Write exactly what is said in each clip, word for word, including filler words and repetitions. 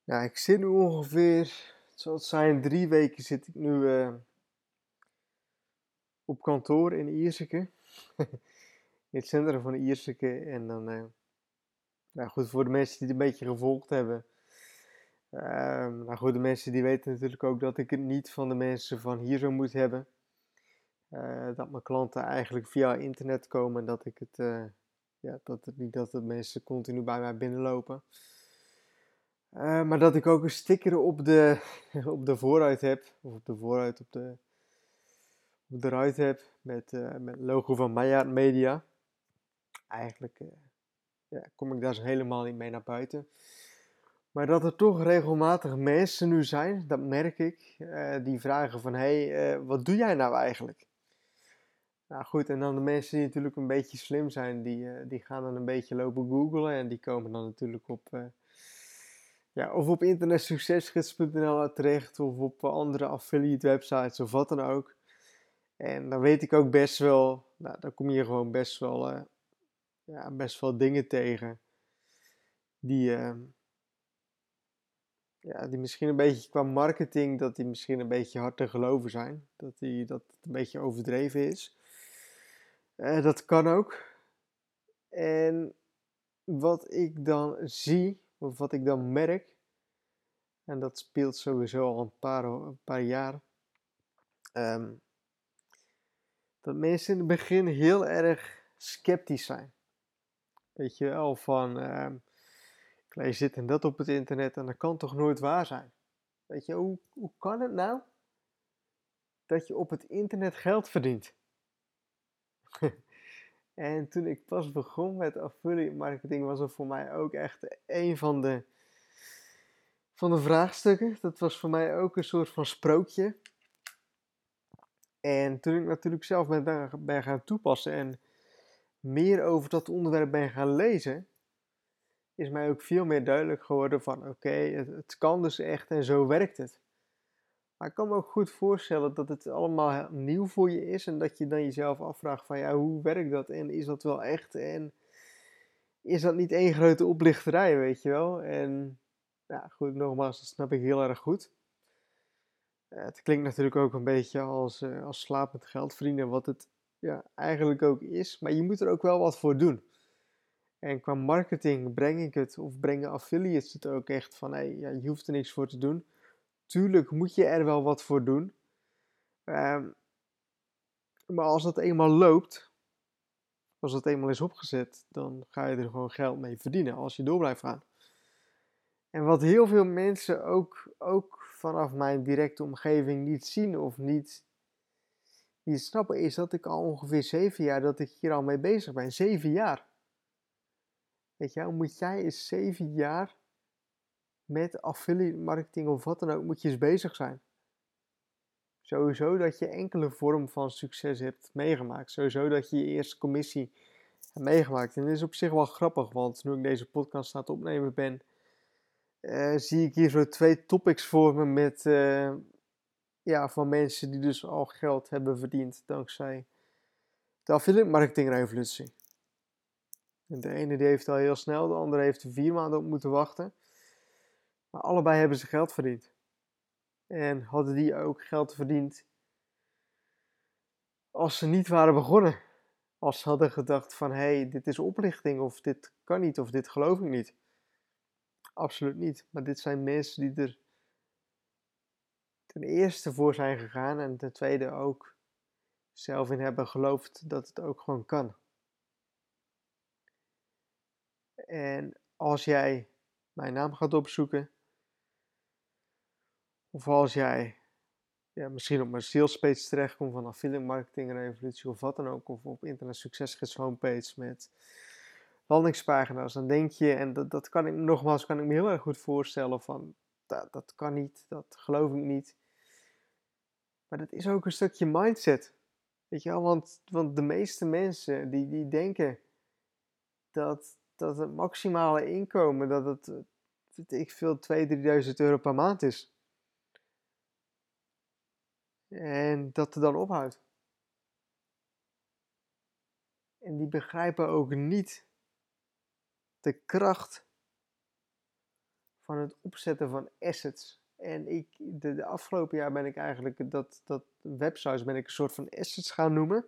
Ja, ik zit nu ongeveer, het zal het zijn, drie weken zit ik nu eh, op kantoor in Ierseke. In het centrum van Ierseke. En dan, eh, nou goed, voor de mensen die het een beetje gevolgd hebben. Ehm, nou goed, de mensen die weten natuurlijk ook dat ik het niet van de mensen van hier zo moet hebben. Eh, dat mijn klanten eigenlijk via internet komen en dat ik het, eh, ja, dat het niet dat de mensen continu bij mij binnenlopen. Eh, maar dat ik ook een sticker op de, op de voorruit heb, of op de voorruit, op de, op de ruit heb, met, eh, met het logo van Meijer Media. Eigenlijk eh, ja, kom ik daar zo helemaal niet mee naar buiten. Maar dat er toch regelmatig mensen nu zijn, dat merk ik, eh, die vragen van, hé, hey, eh, wat doe jij nou eigenlijk? Nou goed, en dan de mensen die natuurlijk een beetje slim zijn, die, eh, die gaan dan een beetje lopen googlen en die komen dan natuurlijk op, eh, ja, of op internetsuccesgids punt n l terecht of op andere affiliate websites of wat dan ook. En dan weet ik ook best wel, nou, dan kom je gewoon best wel, eh, ja, best wel dingen tegen die, eh, ja, die misschien een beetje qua marketing, dat die misschien een beetje hard te geloven zijn. Dat, die, dat het een beetje overdreven is. Eh, dat kan ook. En wat ik dan zie, of wat ik dan merk, en dat speelt sowieso al een paar, een paar jaar, ehm, dat mensen in het begin heel erg sceptisch zijn. Weet je wel, van ehm, ik lees dit en dat op het internet en dat kan toch nooit waar zijn. Weet je, hoe, hoe kan het nou dat je op het internet geld verdient? En toen ik pas begon met affiliate marketing was het voor mij ook echt een van de, van de vraagstukken. Dat was voor mij ook een soort van sprookje. En toen ik natuurlijk zelf ben, ben gaan toepassen en meer over dat onderwerp ben gaan lezen, is mij ook veel meer duidelijk geworden van oké, okay, het, het kan dus echt en zo werkt het. Maar ik kan me ook goed voorstellen dat het allemaal nieuw voor je is en dat je dan jezelf afvraagt van ja, hoe werkt dat en is dat wel echt en is dat niet één grote oplichterij, weet je wel? En ja, goed, nogmaals, dat snap ik heel erg goed. Uh, het klinkt natuurlijk ook een beetje als, uh, als slapend geld verdienen, wat het ja, eigenlijk ook is, maar je moet er ook wel wat voor doen. En qua marketing breng ik het, of brengen affiliates het ook echt van, hey, ja, je hoeft er niks voor te doen. Tuurlijk moet je er wel wat voor doen. Um, maar als dat eenmaal loopt, als dat eenmaal is opgezet, dan ga je er gewoon geld mee verdienen als je door blijft gaan. En wat heel veel mensen ook, ook vanaf mijn directe omgeving niet zien of niet, niet snappen, is dat ik al ongeveer zeven jaar dat ik hier al mee bezig ben. Zeven jaar. Weet je, moet jij eens zeven jaar met affiliate marketing of wat dan ook, moet je eens bezig zijn. Sowieso dat je enkele vorm van succes hebt meegemaakt. Sowieso dat je je eerste commissie hebt meegemaakt. En dat is op zich wel grappig, want nu ik deze podcast aan het opnemen ben, uh, zie ik hier zo twee topics voor me met, uh, ja, van mensen die dus al geld hebben verdiend dankzij de affiliate marketing revolutie. En de ene die heeft al heel snel, de andere heeft er vier maanden op moeten wachten. Maar allebei hebben ze geld verdiend. En hadden die ook geld verdiend als ze niet waren begonnen. Als ze hadden gedacht van, hé, hey, dit is oplichting of dit kan niet of dit geloof ik niet. Absoluut niet. Maar dit zijn mensen die er ten eerste voor zijn gegaan en ten tweede ook zelf in hebben geloofd dat het ook gewoon kan. En als jij mijn naam gaat opzoeken, of als jij ja, misschien op mijn salespage terechtkomt van affiliate marketing revolutie of wat dan ook, of op internet succesgids homepage met landingspagina's, dan denk je, en dat, dat kan ik nogmaals, kan ik me heel erg goed voorstellen van, dat, dat kan niet, dat geloof ik niet. Maar dat is ook een stukje mindset, weet je wel, want, want de meeste mensen die, die denken dat, dat het maximale inkomen, dat het, weet ik veel, tweeduizend, drieduizend euro per maand is. En dat er dan ophoudt. En die begrijpen ook niet de kracht van het opzetten van assets. En ik, de, de afgelopen jaar ben ik eigenlijk dat, dat websites ben ik een soort van assets gaan noemen.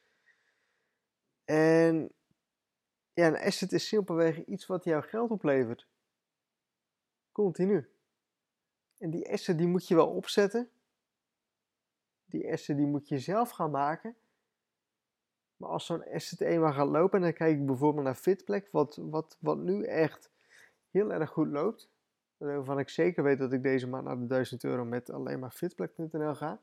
En ja, een asset is simpelweg iets wat jou geld oplevert. Continu. En die asset die moet je wel opzetten. Die asset die moet je zelf gaan maken. Maar als zo'n asset eenmaal gaat lopen, en dan kijk ik bijvoorbeeld naar Fitplek, wat, wat, wat nu echt heel erg goed loopt. Waarvan ik zeker weet dat ik deze maand naar de duizend euro met alleen maar fitplek punt n l ga.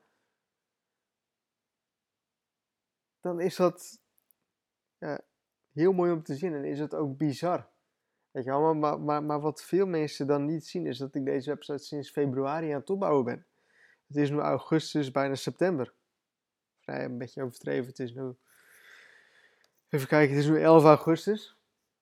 Dan is dat ja, heel mooi om te zien en is het ook bizar. Weet je wel, maar, maar, maar wat veel mensen dan niet zien is dat ik deze website sinds februari aan het opbouwen ben. Het is nu augustus, bijna september. Vrij een beetje overdreven, het is nu... Even kijken, het is nu elf augustus.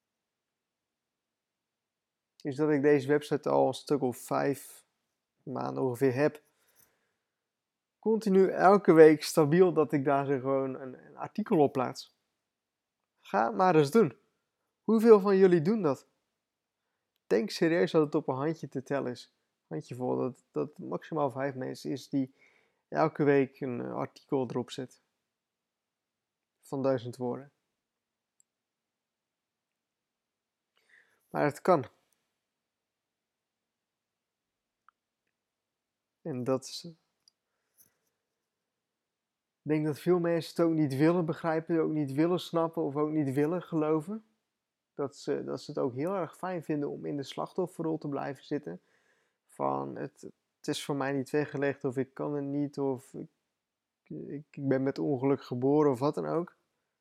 Is dat ik deze website al een stuk of vijf maanden ongeveer heb. Continu elke week stabiel dat ik daar gewoon een, een artikel op plaats. Ga het maar eens doen. Hoeveel van jullie doen dat? Denk serieus dat het op een handje te tellen is. Handjevol, dat dat maximaal vijf mensen is die elke week een artikel erop zet. Van duizend woorden. Maar het kan. En dat is... Ik denk dat veel mensen het ook niet willen begrijpen, ook niet willen snappen of ook niet willen geloven. Dat ze, dat ze het ook heel erg fijn vinden om in de slachtofferrol te blijven zitten. Van het, het is voor mij niet weggelegd of ik kan het niet of ik, ik, ik ben met ongeluk geboren of wat dan ook.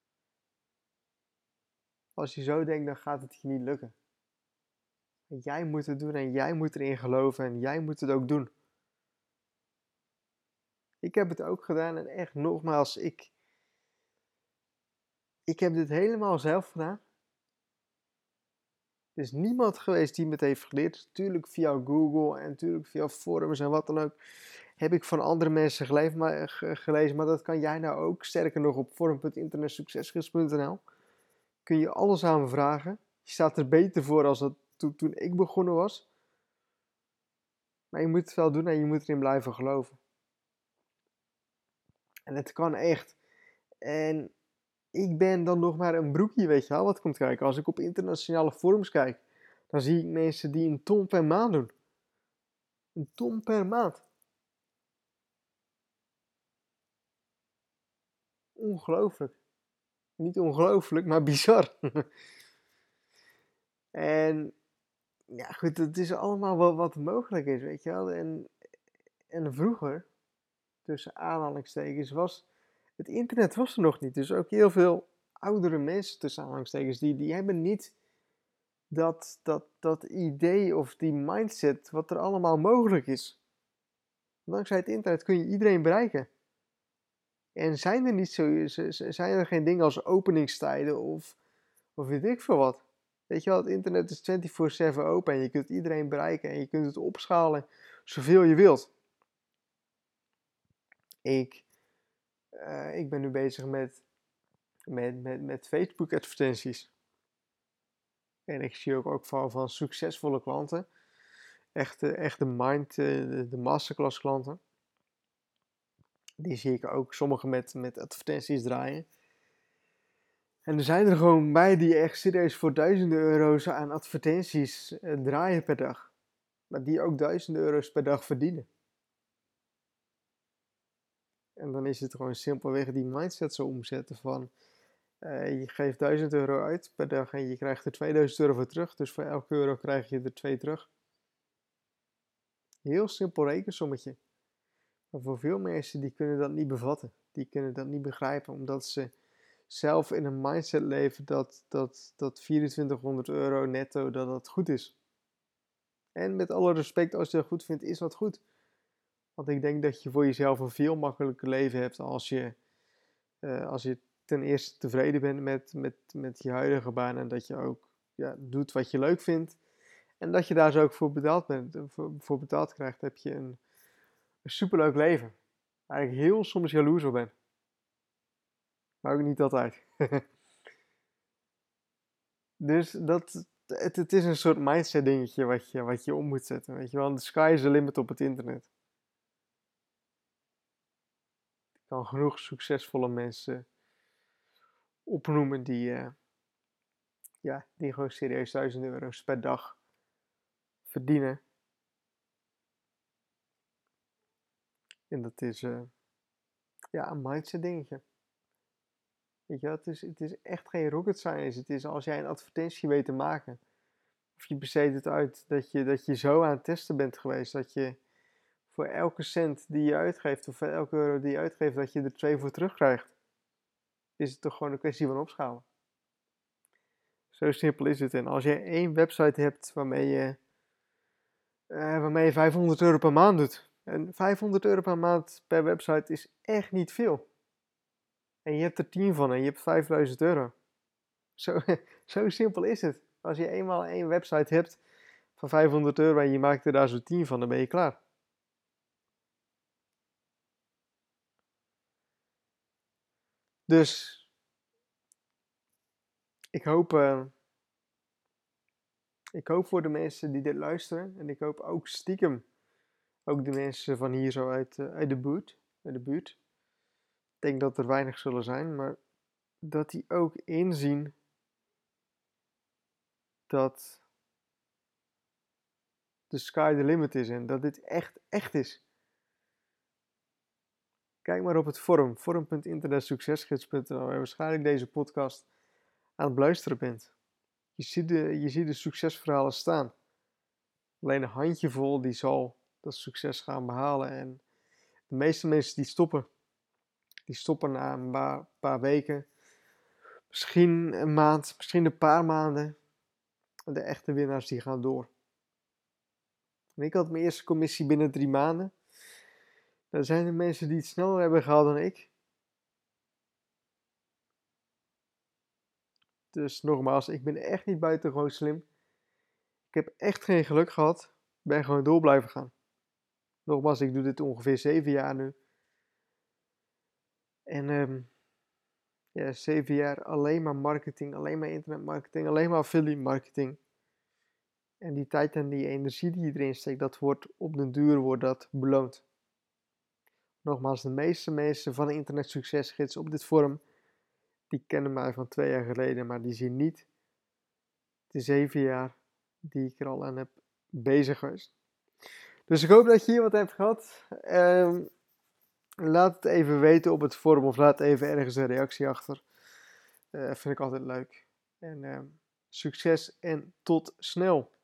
Als je zo denkt, dan gaat het je niet lukken. En jij moet het doen en jij moet erin geloven en jij moet het ook doen. Ik heb het ook gedaan en echt nogmaals, ik, ik heb dit helemaal zelf gedaan. Er is niemand geweest die me het heeft geleerd. Natuurlijk via Google en natuurlijk via forums en wat dan ook. Heb ik van andere mensen gelezen maar, gelezen, maar dat kan jij nou ook. Sterker nog op forum punt internetsuccesgids punt n l kun je alles aan me vragen. Je staat er beter voor als dat to, toen ik begonnen was. Maar je moet het wel doen en je moet erin blijven geloven. En het kan echt. En ik ben dan nog maar een broekje, weet je wel, wat komt kijken. Als ik op internationale forums kijk, dan zie ik mensen die een ton per maand doen. Een ton per maand. Ongelooflijk. Niet ongelooflijk, maar bizar. En ja, goed, het is allemaal wel wat mogelijk is, weet je wel. En, en vroeger, tussen aanhalingstekens, was het internet was er nog niet. Dus ook heel veel oudere mensen, tussen aanhalingstekens, die, die hebben niet dat, dat, dat idee of die mindset wat er allemaal mogelijk is. Dankzij het internet kun je iedereen bereiken. En zijn er niet zo, zijn er geen dingen als openingstijden of, of weet ik veel wat. Weet je wel, het internet is vierentwintig zeven open en je kunt iedereen bereiken en je kunt het opschalen zoveel je wilt. Ik, uh, ik ben nu bezig met, met, met, met Facebook advertenties. En ik zie ook, ook van, van succesvolle klanten. Echt, echt de mind, de, de masterclass klanten. Die zie ik ook, sommigen met, met advertenties draaien. En er zijn er gewoon bij die echt serieus voor duizenden euro's aan advertenties eh, draaien per dag. Maar die ook duizenden euro's per dag verdienen. En dan is het gewoon simpelweg die mindset zo omzetten van... Uh, je geeft duizend euro uit per dag en je krijgt er tweeduizend euro voor terug. Dus voor elke euro krijg je er twee terug. Heel simpel rekensommetje. Maar voor veel mensen die kunnen dat niet bevatten. Die kunnen dat niet begrijpen omdat ze zelf in een mindset leven dat, dat, dat vierentwintighonderd euro netto dat dat goed is. En met alle respect, als je dat goed vindt, is dat goed. Want ik denk dat je voor jezelf een veel makkelijker leven hebt als je, uh, als je ten eerste tevreden bent met, met, met je huidige baan. En dat je ook ja, doet wat je leuk vindt. En dat je daar zo ook voor betaald, bent, voor, voor betaald krijgt, heb je een, een superleuk leven. Waar ik heel soms jaloers op ben. Maar ook niet altijd. Dus dat, het, het is een soort mindset dingetje wat je, wat je om moet zetten, weet je wel. The sky is the limit op het internet. Ik kan genoeg succesvolle mensen opnoemen die, uh, ja, die gewoon serieus duizend euro's per dag verdienen. En dat is uh, ja, een mindset dingetje. Weet je wel, het is, het is echt geen rocket science. Het is als jij een advertentie weet te maken. Of je besteedt het uit dat je, dat je zo aan het testen bent geweest. Dat je voor elke cent die je uitgeeft, of voor elke euro die je uitgeeft, dat je er twee voor terugkrijgt. Is het toch gewoon een kwestie van opschalen. Zo simpel is het. En als je één website hebt waarmee je, uh, waarmee je vijfhonderd euro per maand doet. En vijfhonderd euro per maand per website is echt niet veel. En je hebt er tien van en je hebt vijfduizend euro. Zo, zo simpel is het. Als je eenmaal één website hebt van vijfhonderd euro en je maakt er daar zo tien van, dan ben je klaar. Dus ik hoop, uh, ik hoop voor de mensen die dit luisteren, en ik hoop ook stiekem ook de mensen van hier zo uit, uh, uit de buurt, uit de buurt. Ik denk dat er weinig zullen zijn, maar dat die ook inzien dat de sky the limit is en dat dit echt, echt is. Kijk maar op het forum, forum punt internetsuccesgids punt n l, waar je waarschijnlijk deze podcast aan het beluisteren bent. Je ziet de, je ziet de succesverhalen staan. Alleen een handjevol die zal dat succes gaan behalen. En de meeste mensen die stoppen, die stoppen na een paar, paar weken, misschien een maand, misschien een paar maanden. De echte winnaars die gaan door. En ik had mijn eerste commissie binnen drie maanden. Er zijn er mensen die het sneller hebben gehaald dan ik. Dus nogmaals, ik ben echt niet buitengewoon slim. Ik heb echt geen geluk gehad. Ik ben gewoon door blijven gaan. Nogmaals, ik doe dit ongeveer zeven jaar nu. En um, ja, zeven jaar alleen maar marketing, alleen maar internetmarketing, alleen maar affiliate marketing. En die tijd en die energie die je erin steekt, dat wordt op den duur wordt dat beloond. Nogmaals, de meeste mensen van de Internet Succesgids op dit forum, die kennen mij van twee jaar geleden, maar die zien niet de zeven jaar die ik er al aan heb bezig geweest. Dus ik hoop dat je hier wat hebt gehad. Um, laat het even weten op het forum of laat even ergens een reactie achter. Uh, vind ik altijd leuk. En uh, succes en tot snel.